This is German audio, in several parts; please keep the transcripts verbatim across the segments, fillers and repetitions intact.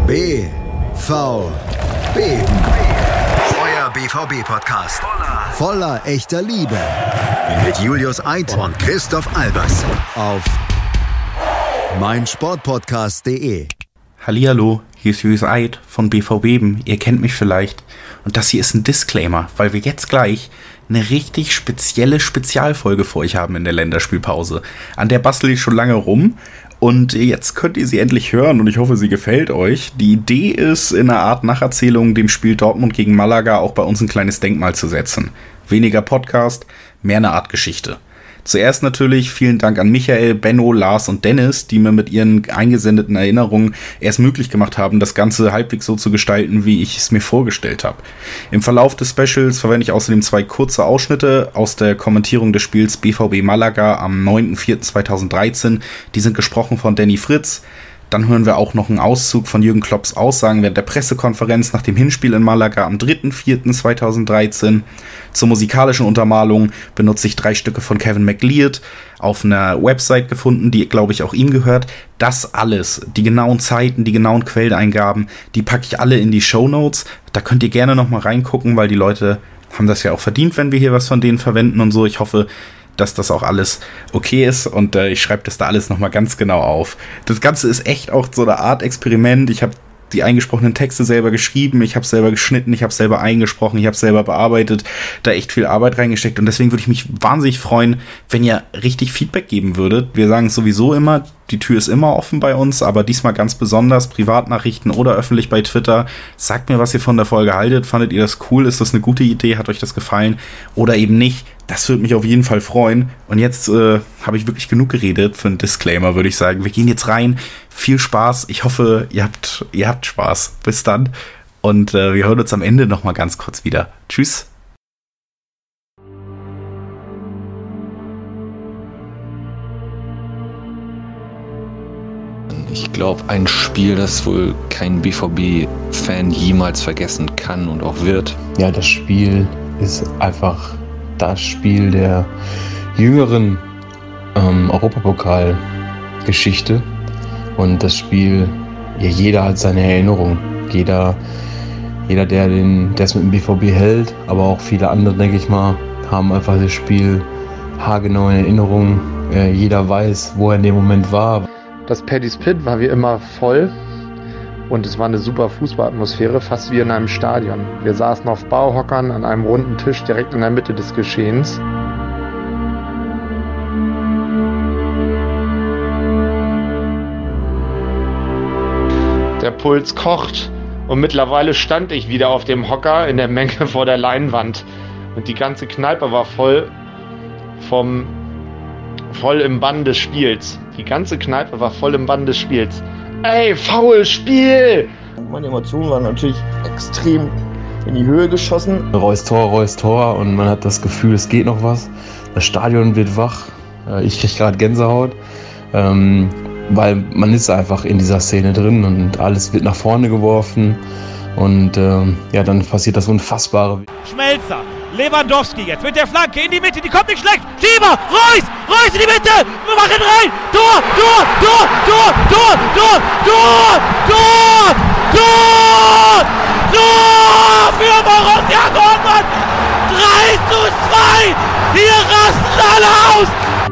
B V B. Euer B V B-Podcast. Voller echter Liebe. Mit Julius Eid und Christoph Albers. Auf meinsportpodcast punkt de. Hallihallo, hier ist Julius Eid von B V B. Ihr kennt mich vielleicht. Und das hier ist ein Disclaimer, weil wir jetzt gleich eine richtig spezielle Spezialfolge für euch haben in der Länderspielpause. An der bastel ich schon lange rum. Und jetzt könnt ihr sie endlich hören und ich hoffe, sie gefällt euch. Die Idee ist, in einer Art Nacherzählung dem Spiel Dortmund gegen Malaga auch bei uns ein kleines Denkmal zu setzen. Weniger Podcast, mehr eine Art Geschichte. Zuerst natürlich vielen Dank an Michael, Benno, Lars und Dennis, die mir mit ihren eingesendeten Erinnerungen erst möglich gemacht haben, das Ganze halbwegs so zu gestalten, wie ich es mir vorgestellt habe. Im Verlauf des Specials verwende ich außerdem zwei kurze Ausschnitte aus der Kommentierung des Spiels B V B Malaga am neunten vierten zweitausenddreizehn. Die sind gesprochen von Danny Fritz. Dann hören wir auch noch einen Auszug von Jürgen Klopps Aussagen während der Pressekonferenz nach dem Hinspiel in Malaga am dritten vierten zweitausenddreizehn. Zur musikalischen Untermalung benutze ich drei Stücke von Kevin MacLeod auf einer Website gefunden, die, glaube ich, auch ihm gehört. Das alles, die genauen Zeiten, die genauen Quelleneingaben, die packe ich alle in die Shownotes. Da könnt ihr gerne noch mal reingucken, weil die Leute haben das ja auch verdient, wenn wir hier was von denen verwenden und so. Ich hoffe, dass das auch alles okay ist und äh, ich schreibe das da alles nochmal ganz genau auf. Das Ganze ist echt auch so eine Art Experiment. Ich habe die eingesprochenen Texte selber geschrieben, ich habe selber geschnitten, ich habe selber eingesprochen, ich habe selber bearbeitet, da echt viel Arbeit reingesteckt und deswegen würde ich mich wahnsinnig freuen, wenn ihr richtig Feedback geben würdet. Wir sagen es sowieso immer, die Tür ist immer offen bei uns, aber diesmal ganz besonders, Privatnachrichten oder öffentlich bei Twitter. Sagt mir, was ihr von der Folge haltet. Fandet ihr das cool? Ist das eine gute Idee? Hat euch das gefallen? Oder eben nicht? Das würde mich auf jeden Fall freuen. Und jetzt äh, habe ich wirklich genug geredet für einen Disclaimer, würde ich sagen. Wir gehen jetzt rein. Viel Spaß. Ich hoffe, ihr habt, ihr habt Spaß. Bis dann. Und äh, wir hören uns am Ende nochmal ganz kurz wieder. Tschüss. Ich glaube, ein Spiel, das wohl kein B V B-Fan jemals vergessen kann und auch wird. Ja, das Spiel ist einfach das Spiel der jüngeren ähm, Europapokal-Geschichte. Und das Spiel, ja, jeder hat seine Erinnerung. Jeder, jeder der den, der es mit dem B V B hält, aber auch viele andere, denke ich mal, haben einfach das Spiel haargenau in Erinnerung. Äh, jeder weiß, wo er in dem Moment war. Das Paddy's Pit war wie immer voll und es war eine super Fußballatmosphäre, fast wie in einem Stadion. Wir saßen auf Bauhockern an einem runden Tisch direkt in der Mitte des Geschehens. Der Puls kocht und mittlerweile stand ich wieder auf dem Hocker in der Menge vor der Leinwand und die ganze Kneipe war voll vom voll im Bann des Spiels. Die ganze Kneipe war voll im Bann des Spiels. Ey, faul Spiel! Meine Emotionen waren natürlich extrem in die Höhe geschossen. Reus Tor, Reus Tor und man hat das Gefühl, es geht noch was. Das Stadion wird wach. Ich kriege gerade Gänsehaut, ähm, weil man ist einfach in dieser Szene drin und alles wird nach vorne geworfen. Und ähm, ja, dann passiert das Unfassbare. Schmelzer, Lewandowski jetzt mit der Flanke in die Mitte, die kommt nicht schlecht. Schieber, Reus, Reus in die Mitte, wir machen rein. Tor, Tor, Tor, Tor, Tor, Tor, Tor, Tor, Tor, Tor für Borussia Dortmund. drei zu zwei, hier rasten alle aus.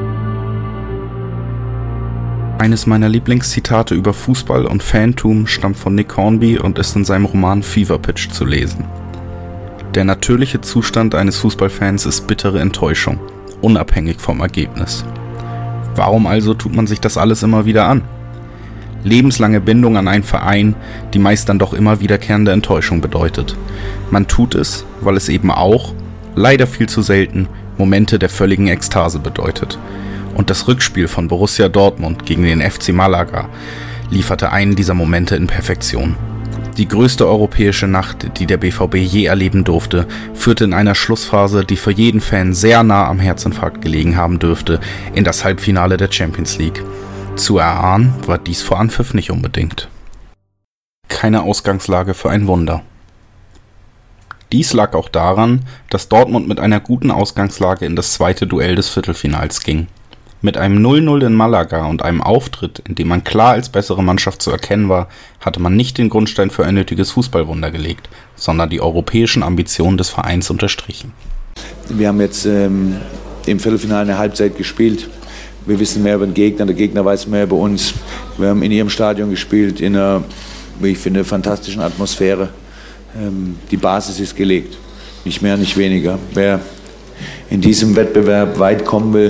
Eines meiner Lieblingszitate über Fußball und Fantum stammt von Nick Hornby und ist in seinem Roman Fever Pitch zu lesen. Der natürliche Zustand eines Fußballfans ist bittere Enttäuschung, unabhängig vom Ergebnis. Warum also tut man sich das alles immer wieder an? Lebenslange Bindung an einen Verein, die meist dann doch immer wiederkehrende Enttäuschung bedeutet. Man tut es, weil es eben auch, leider viel zu selten, Momente der völligen Ekstase bedeutet. Und das Rückspiel von Borussia Dortmund gegen den F C Malaga lieferte einen dieser Momente in Perfektion. Die größte europäische Nacht, die der B V B je erleben durfte, führte in einer Schlussphase, die für jeden Fan sehr nah am Herzinfarkt gelegen haben dürfte, in das Halbfinale der Champions League. Zu erahnen war dies vor Anpfiff nicht unbedingt. Keine Ausgangslage für ein Wunder. Dies lag auch daran, dass Dortmund mit einer guten Ausgangslage in das zweite Duell des Viertelfinals ging. Mit einem null null in Malaga und einem Auftritt, in dem man klar als bessere Mannschaft zu erkennen war, hatte man nicht den Grundstein für ein nötiges Fußballwunder gelegt, sondern die europäischen Ambitionen des Vereins unterstrichen. Wir haben jetzt ähm, im Viertelfinale eine Halbzeit gespielt. Wir wissen mehr über den Gegner, der Gegner weiß mehr über uns. Wir haben in ihrem Stadion gespielt, in einer, wie ich finde, fantastischen Atmosphäre. Ähm, die Basis ist gelegt, nicht mehr, nicht weniger. Wer in diesem Wettbewerb weit kommen will,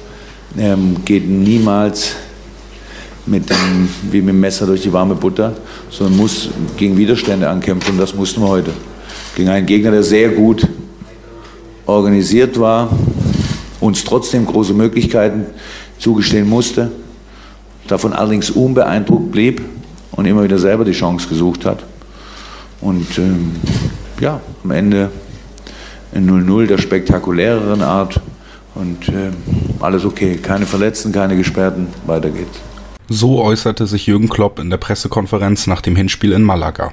ähm, geht niemals mit dem, wie mit dem Messer durch die warme Butter, sondern muss gegen Widerstände ankämpfen. Und das mussten wir heute. Gegen einen Gegner, der sehr gut organisiert war, uns trotzdem große Möglichkeiten zugestehen musste, davon allerdings unbeeindruckt blieb und immer wieder selber die Chance gesucht hat. Und ähm, ja, am Ende ein null null der spektakuläreren Art und äh, alles okay. Keine Verletzten, keine Gesperrten, weiter geht's. So äußerte sich Jürgen Klopp in der Pressekonferenz nach dem Hinspiel in Malaga.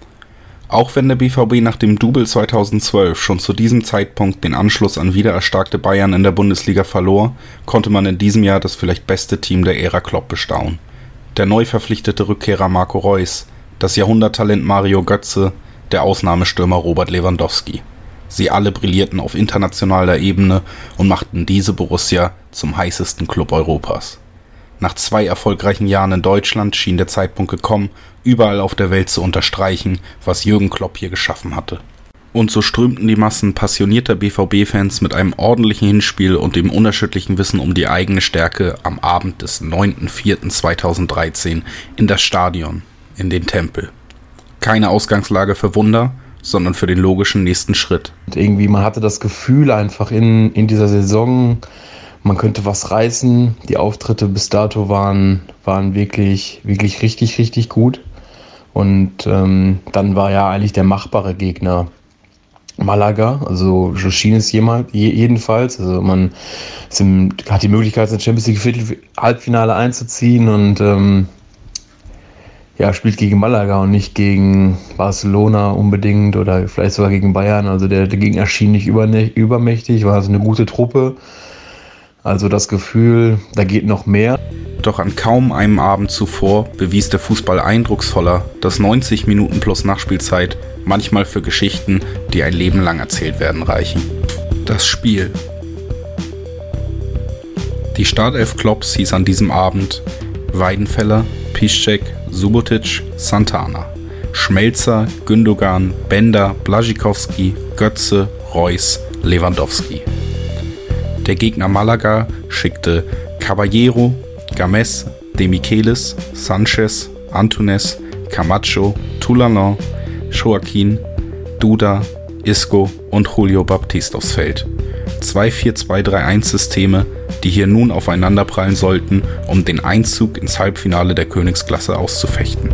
Auch wenn der B V B nach dem Double zweitausendzwölf schon zu diesem Zeitpunkt den Anschluss an wiedererstarkte Bayern in der Bundesliga verlor, konnte man in diesem Jahr das vielleicht beste Team der Ära Klopp bestaunen. Der neu verpflichtete Rückkehrer Marco Reus, das Jahrhunderttalent Mario Götze, der Ausnahmestürmer Robert Lewandowski. Sie alle brillierten auf internationaler Ebene und machten diese Borussia zum heißesten Club Europas. Nach zwei erfolgreichen Jahren in Deutschland schien der Zeitpunkt gekommen, überall auf der Welt zu unterstreichen, was Jürgen Klopp hier geschaffen hatte. Und so strömten die Massen passionierter B V B-Fans mit einem ordentlichen Hinspiel und dem unerschütterlichen Wissen um die eigene Stärke am Abend des neunten vierten zweitausenddreizehn in das Stadion, in den Tempel. Keine Ausgangslage für Wunder, sondern für den logischen nächsten Schritt. Und irgendwie, man hatte das Gefühl einfach in, in dieser Saison, man könnte was reißen. Die Auftritte bis dato waren, waren wirklich, wirklich richtig, richtig gut. Und ähm, dann war ja eigentlich der machbare Gegner Malaga, also so schien es jemals, jedenfalls. Also man im, hat die Möglichkeit, ins Champions League Viertel, Halbfinale einzuziehen und ähm, ja, spielt gegen Malaga und nicht gegen Barcelona unbedingt oder vielleicht sogar gegen Bayern. Also der, der Gegner schien nicht übermächtig, war also eine gute Truppe. Also das Gefühl, da geht noch mehr. Doch an kaum einem Abend zuvor bewies der Fußball eindrucksvoller, dass neunzig Minuten plus Nachspielzeit manchmal für Geschichten, die ein Leben lang erzählt werden, reichen. Das Spiel. Die Startelf Klopps hieß an diesem Abend Weidenfeller, Piszczek, Subotic, Santana, Schmelzer, Gündogan, Bender, Błaszczykowski, Götze, Reus, Lewandowski. Der Gegner Malaga schickte Caballero, Games, Demichelis, Sanchez, Antunes, Camacho, Toulalan, Joaquin, Duda, Isco und Julio Baptiste aufs Feld. Zwei vier zwei drei eins Systeme, die hier nun aufeinanderprallen sollten, um den Einzug ins Halbfinale der Königsklasse auszufechten.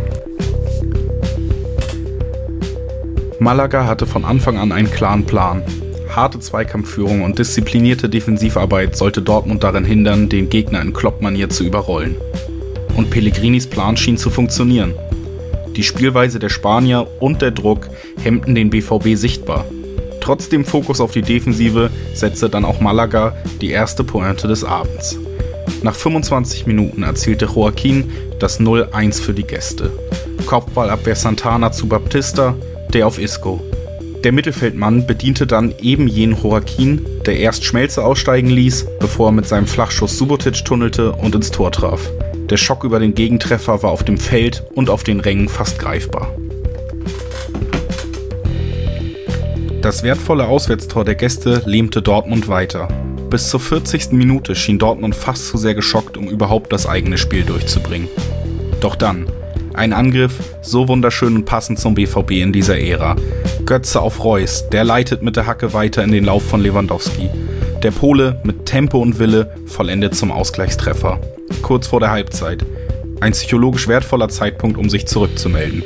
Malaga hatte von Anfang an einen klaren Plan. Harte Zweikampfführung und disziplinierte Defensivarbeit sollte Dortmund daran hindern, den Gegner in Klopp-Manier zu überrollen. Und Pellegrinis Plan schien zu funktionieren. Die Spielweise der Spanier und der Druck hemmten den B V B sichtbar. Trotz dem Fokus auf die Defensive setzte dann auch Malaga die erste Pointe des Abends. Nach fünfundzwanzig Minuten erzielte Joaquin das null eins für die Gäste. Kopfballabwehr Santana zu Baptista, der auf Isco. Der Mittelfeldmann bediente dann eben jenen Joaquin, der erst Schmelzer aussteigen ließ, bevor er mit seinem Flachschuss Subotic tunnelte und ins Tor traf. Der Schock über den Gegentreffer war auf dem Feld und auf den Rängen fast greifbar. Das wertvolle Auswärtstor der Gäste lähmte Dortmund weiter. Bis zur vierzigsten Minute schien Dortmund fast zu sehr geschockt, um überhaupt das eigene Spiel durchzubringen. Doch dann, ein Angriff, so wunderschön und passend zum B V B in dieser Ära. Götze auf Reus, der leitet mit der Hacke weiter in den Lauf von Lewandowski. Der Pole mit Tempo und Wille vollendet zum Ausgleichstreffer. Kurz vor der Halbzeit. Ein psychologisch wertvoller Zeitpunkt, um sich zurückzumelden.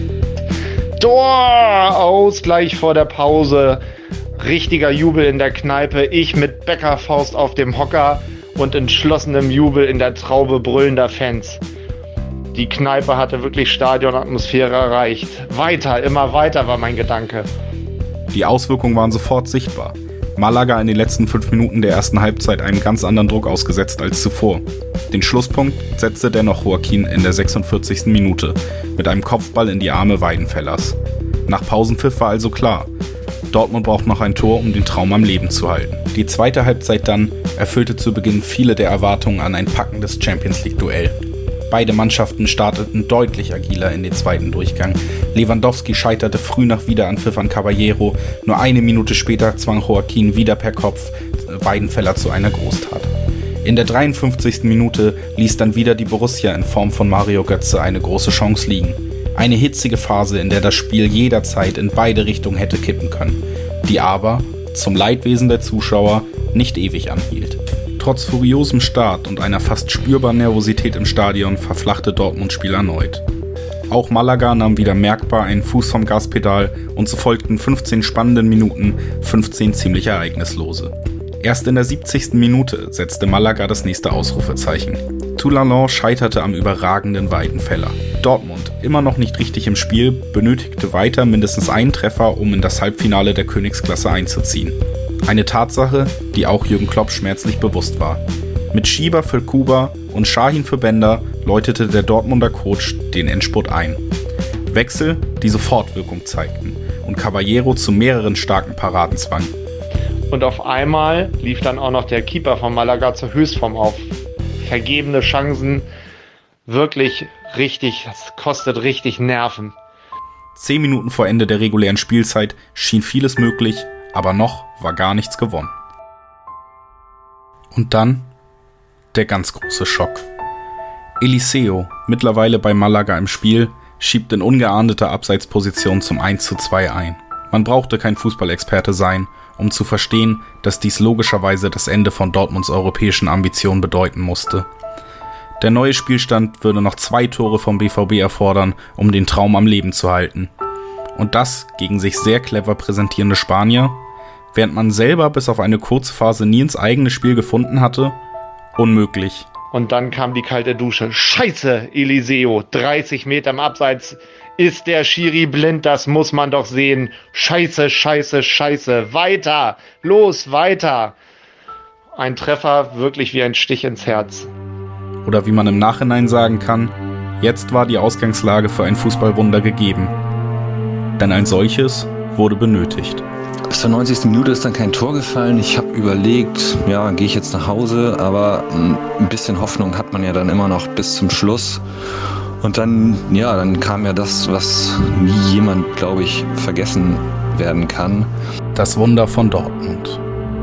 Tor! Ausgleich vor der Pause. Richtiger Jubel in der Kneipe. Ich mit Bäckerfaust auf dem Hocker und entschlossenem Jubel in der Traube brüllender Fans. Die Kneipe hatte wirklich Stadionatmosphäre erreicht. Weiter, immer weiter war mein Gedanke. Die Auswirkungen waren sofort sichtbar. Malaga in den letzten fünf Minuten der ersten Halbzeit einem ganz anderen Druck ausgesetzt als zuvor. Den Schlusspunkt setzte dennoch Joaquin in der sechsundvierzigsten Minute mit einem Kopfball in die Arme Weidenfellers. Nach Pausenpfiff war also klar, Dortmund braucht noch ein Tor, um den Traum am Leben zu halten. Die zweite Halbzeit dann erfüllte zu Beginn viele der Erwartungen an ein packendes Champions-League-Duell. Beide Mannschaften starteten deutlich agiler in den zweiten Durchgang. Lewandowski scheiterte früh nach Wiederanpfiff an Caballero. Nur eine Minute später zwang Joaquin wieder per Kopf Weidenfeller zu einer Großtat. In der dreiundfünfzigsten Minute ließ dann wieder die Borussia in Form von Mario Götze eine große Chance liegen. Eine hitzige Phase, in der das Spiel jederzeit in beide Richtungen hätte kippen können, die aber, zum Leidwesen der Zuschauer, nicht ewig anhielt. Trotz furiosem Start und einer fast spürbaren Nervosität im Stadion verflachte Dortmunds Spiel erneut. Auch Malaga nahm wieder merkbar einen Fuß vom Gaspedal und so folgten fünfzehn spannenden Minuten, fünfzehn ziemlich ereignislose. Erst in der siebzigsten Minute setzte Malaga das nächste Ausrufezeichen. Toulalan scheiterte am überragenden Weidenfeller. Dortmund, immer noch nicht richtig im Spiel, benötigte weiter mindestens einen Treffer, um in das Halbfinale der Königsklasse einzuziehen. Eine Tatsache, die auch Jürgen Klopp schmerzlich bewusst war. Mit Schieber für Kuba und Şahin für Bender läutete der Dortmunder Coach den Endspurt ein. Wechsel, die sofort Wirkung zeigten und Caballero zu mehreren starken Paraden zwang. Und auf einmal lief dann auch noch der Keeper von Malaga zur Höchstform auf. Vergebene Chancen, wirklich richtig, das kostet richtig Nerven. Zehn Minuten vor Ende der regulären Spielzeit schien vieles möglich, aber noch war gar nichts gewonnen. Und dann der ganz große Schock. Eliseo, mittlerweile bei Malaga im Spiel, schiebt in ungeahndeter Abseitsposition zum eins zu zwei ein. Man brauchte kein Fußballexperte sein, um zu verstehen, dass dies logischerweise das Ende von Dortmunds europäischen Ambitionen bedeuten musste. Der neue Spielstand würde noch zwei Tore vom B V B erfordern, um den Traum am Leben zu halten. Und das gegen sich sehr clever präsentierende Spanier, während man selber bis auf eine kurze Phase nie ins eigene Spiel gefunden hatte? Unmöglich. Und dann kam die kalte Dusche. Scheiße, Eliseo, dreißig Meter im Abseits. Ist der Schiri blind? Das muss man doch sehen. Scheiße, scheiße, scheiße. Weiter, los, weiter. Ein Treffer, wirklich wie ein Stich ins Herz. Oder wie man im Nachhinein sagen kann, jetzt war die Ausgangslage für ein Fußballwunder gegeben. Denn ein solches wurde benötigt. Bis zur neunzigsten Minute ist dann kein Tor gefallen. Ich habe überlegt, ja, gehe ich jetzt nach Hause, aber ein bisschen Hoffnung hat man ja dann immer noch bis zum Schluss. Und dann, ja, dann kam ja das, was nie jemand, glaube ich, vergessen werden kann. Das Wunder von Dortmund.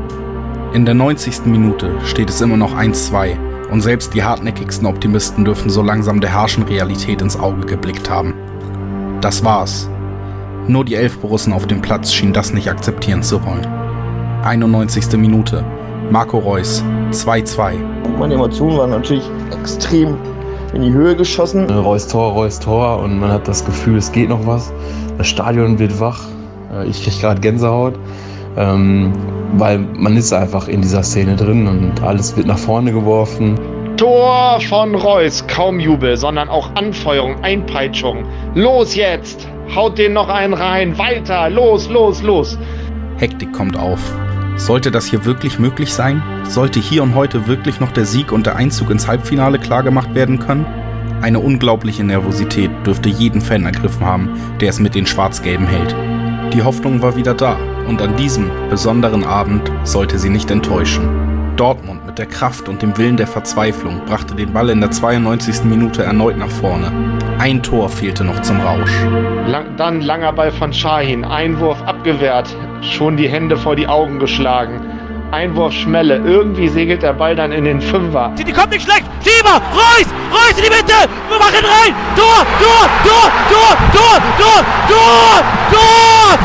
In der neunzigsten Minute steht es immer noch eins zwei und selbst die hartnäckigsten Optimisten dürfen so langsam der harschen Realität ins Auge geblickt haben. Das war's. Nur die elf Borussen auf dem Platz schienen das nicht akzeptieren zu wollen. einundneunzigste Minute. Marco Reus, zwei zwei. Meine Emotionen waren natürlich extrem in die Höhe geschossen. Reus Tor, Reus Tor und man hat das Gefühl, es geht noch was. Das Stadion wird wach. Ich kriege gerade Gänsehaut, ähm, weil man ist einfach in dieser Szene drin und alles wird nach vorne geworfen. Tor von Reus, kaum Jubel, sondern auch Anfeuerung, Einpeitschung. Los jetzt! Haut den noch einen rein, weiter, los, los, los. Hektik kommt auf. Sollte das hier wirklich möglich sein? Sollte hier und heute wirklich noch der Sieg und der Einzug ins Halbfinale klargemacht werden können? Eine unglaubliche Nervosität dürfte jeden Fan ergriffen haben, der es mit den Schwarz-Gelben hält. Die Hoffnung war wieder da und an diesem besonderen Abend sollte sie nicht enttäuschen. Dortmund mit der Kraft und dem Willen der Verzweiflung brachte den Ball in der zweiundneunzigsten Minute erneut nach vorne. Ein Tor fehlte noch zum Rausch. Lang, dann langer Ball von Şahin, Einwurf abgewehrt, schon die Hände vor die Augen geschlagen. Einwurf Schmelle, irgendwie segelt der Ball dann in den Fünfer. Die kommt nicht schlecht, Schieber, Reus, Reus in die Mitte, wir machen rein, Tor, Tor, Tor, Tor, Tor, Tor, Tor, Tor,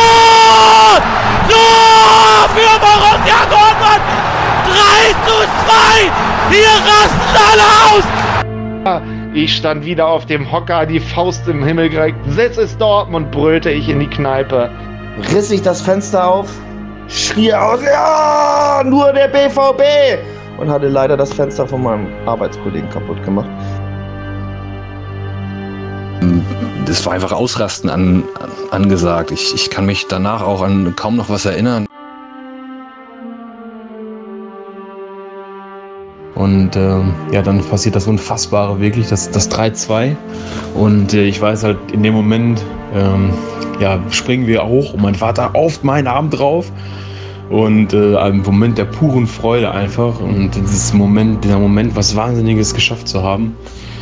Tor, Tor für Borussia Dortmund, drei zu zwei, hier rasten alle aus. Ich stand wieder auf dem Hocker, die Faust im Himmel gereckt. Jetzt ist Dortmund, brüllte ich in die Kneipe. Riss ich das Fenster auf, schrie aus, ja, nur der B V B! Und hatte leider das Fenster von meinem Arbeitskollegen kaputt gemacht. Das war einfach Ausrasten an, an, angesagt. Ich, ich kann mich danach auch an kaum noch was erinnern. Und äh, ja, dann passiert das Unfassbare wirklich, das, das drei zwei. Und äh, ich weiß halt, in dem Moment ähm, ja, springen wir hoch und mein Vater auf meinen Arm drauf. Und äh, ein Moment der puren Freude einfach. Und dieses Moment, dieser Moment, was Wahnsinniges geschafft zu haben.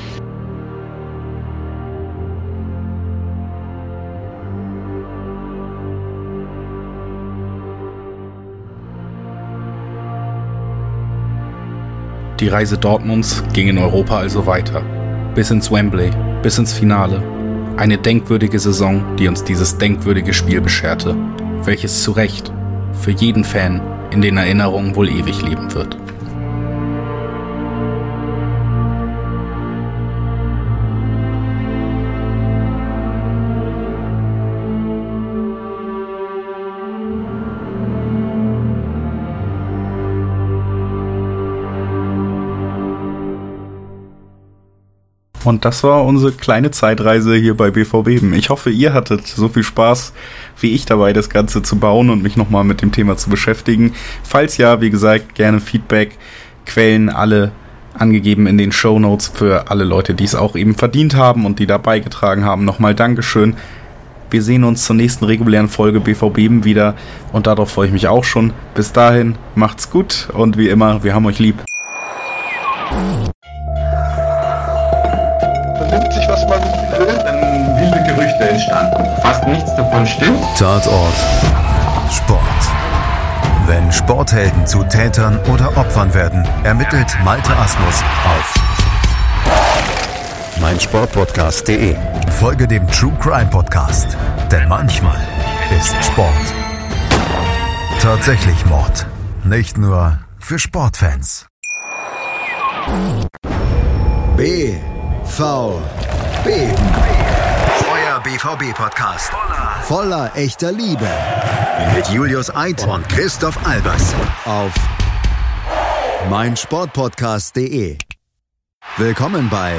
Die Reise Dortmunds ging in Europa also weiter. Bis ins Wembley, bis ins Finale. Eine denkwürdige Saison, die uns dieses denkwürdige Spiel bescherte, welches zu Recht für jeden Fan in den Erinnerungen wohl ewig leben wird. Und das war unsere kleine Zeitreise hier bei B V Beben. Ich hoffe, ihr hattet so viel Spaß wie ich dabei, das Ganze zu bauen und mich nochmal mit dem Thema zu beschäftigen. Falls ja, wie gesagt, gerne Feedback, Quellen, alle angegeben in den Shownotes für alle Leute, die es auch eben verdient haben und die da beigetragen haben. Nochmal Dankeschön. Wir sehen uns zur nächsten regulären Folge B V Beben wieder und darauf freue ich mich auch schon. Bis dahin, macht's gut und wie immer, wir haben euch lieb. Entstanden. Fast nichts davon stimmt. Tatort Sport. Wenn Sporthelden zu Tätern oder Opfern werden, ermittelt Malte Asmus auf meinsportpodcast punkt de. Folge dem True Crime Podcast, denn manchmal ist Sport tatsächlich Mord. Nicht nur für Sportfans. B V Beben. B V B-Podcast. Voller, voller echter Liebe. Mit Julius Eid und Christoph Albers. Auf meinsportpodcast punkt de. Willkommen bei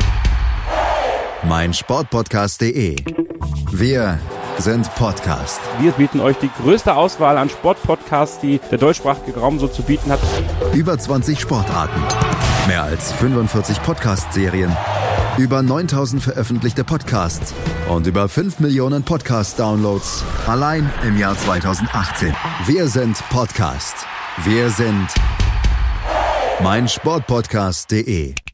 meinsportpodcast punkt de. Wir sind Podcast. Wir bieten euch die größte Auswahl an Sportpodcasts, die der deutschsprachige Raum so zu bieten hat. Über zwanzig Sportarten. Mehr als fünfundvierzig Podcast-Serien. Über neuntausend veröffentlichte Podcasts und über fünf Millionen Podcast-Downloads allein im Jahr zweitausendachtzehn. Wir sind Podcast. Wir sind meinsportpodcast punkt de.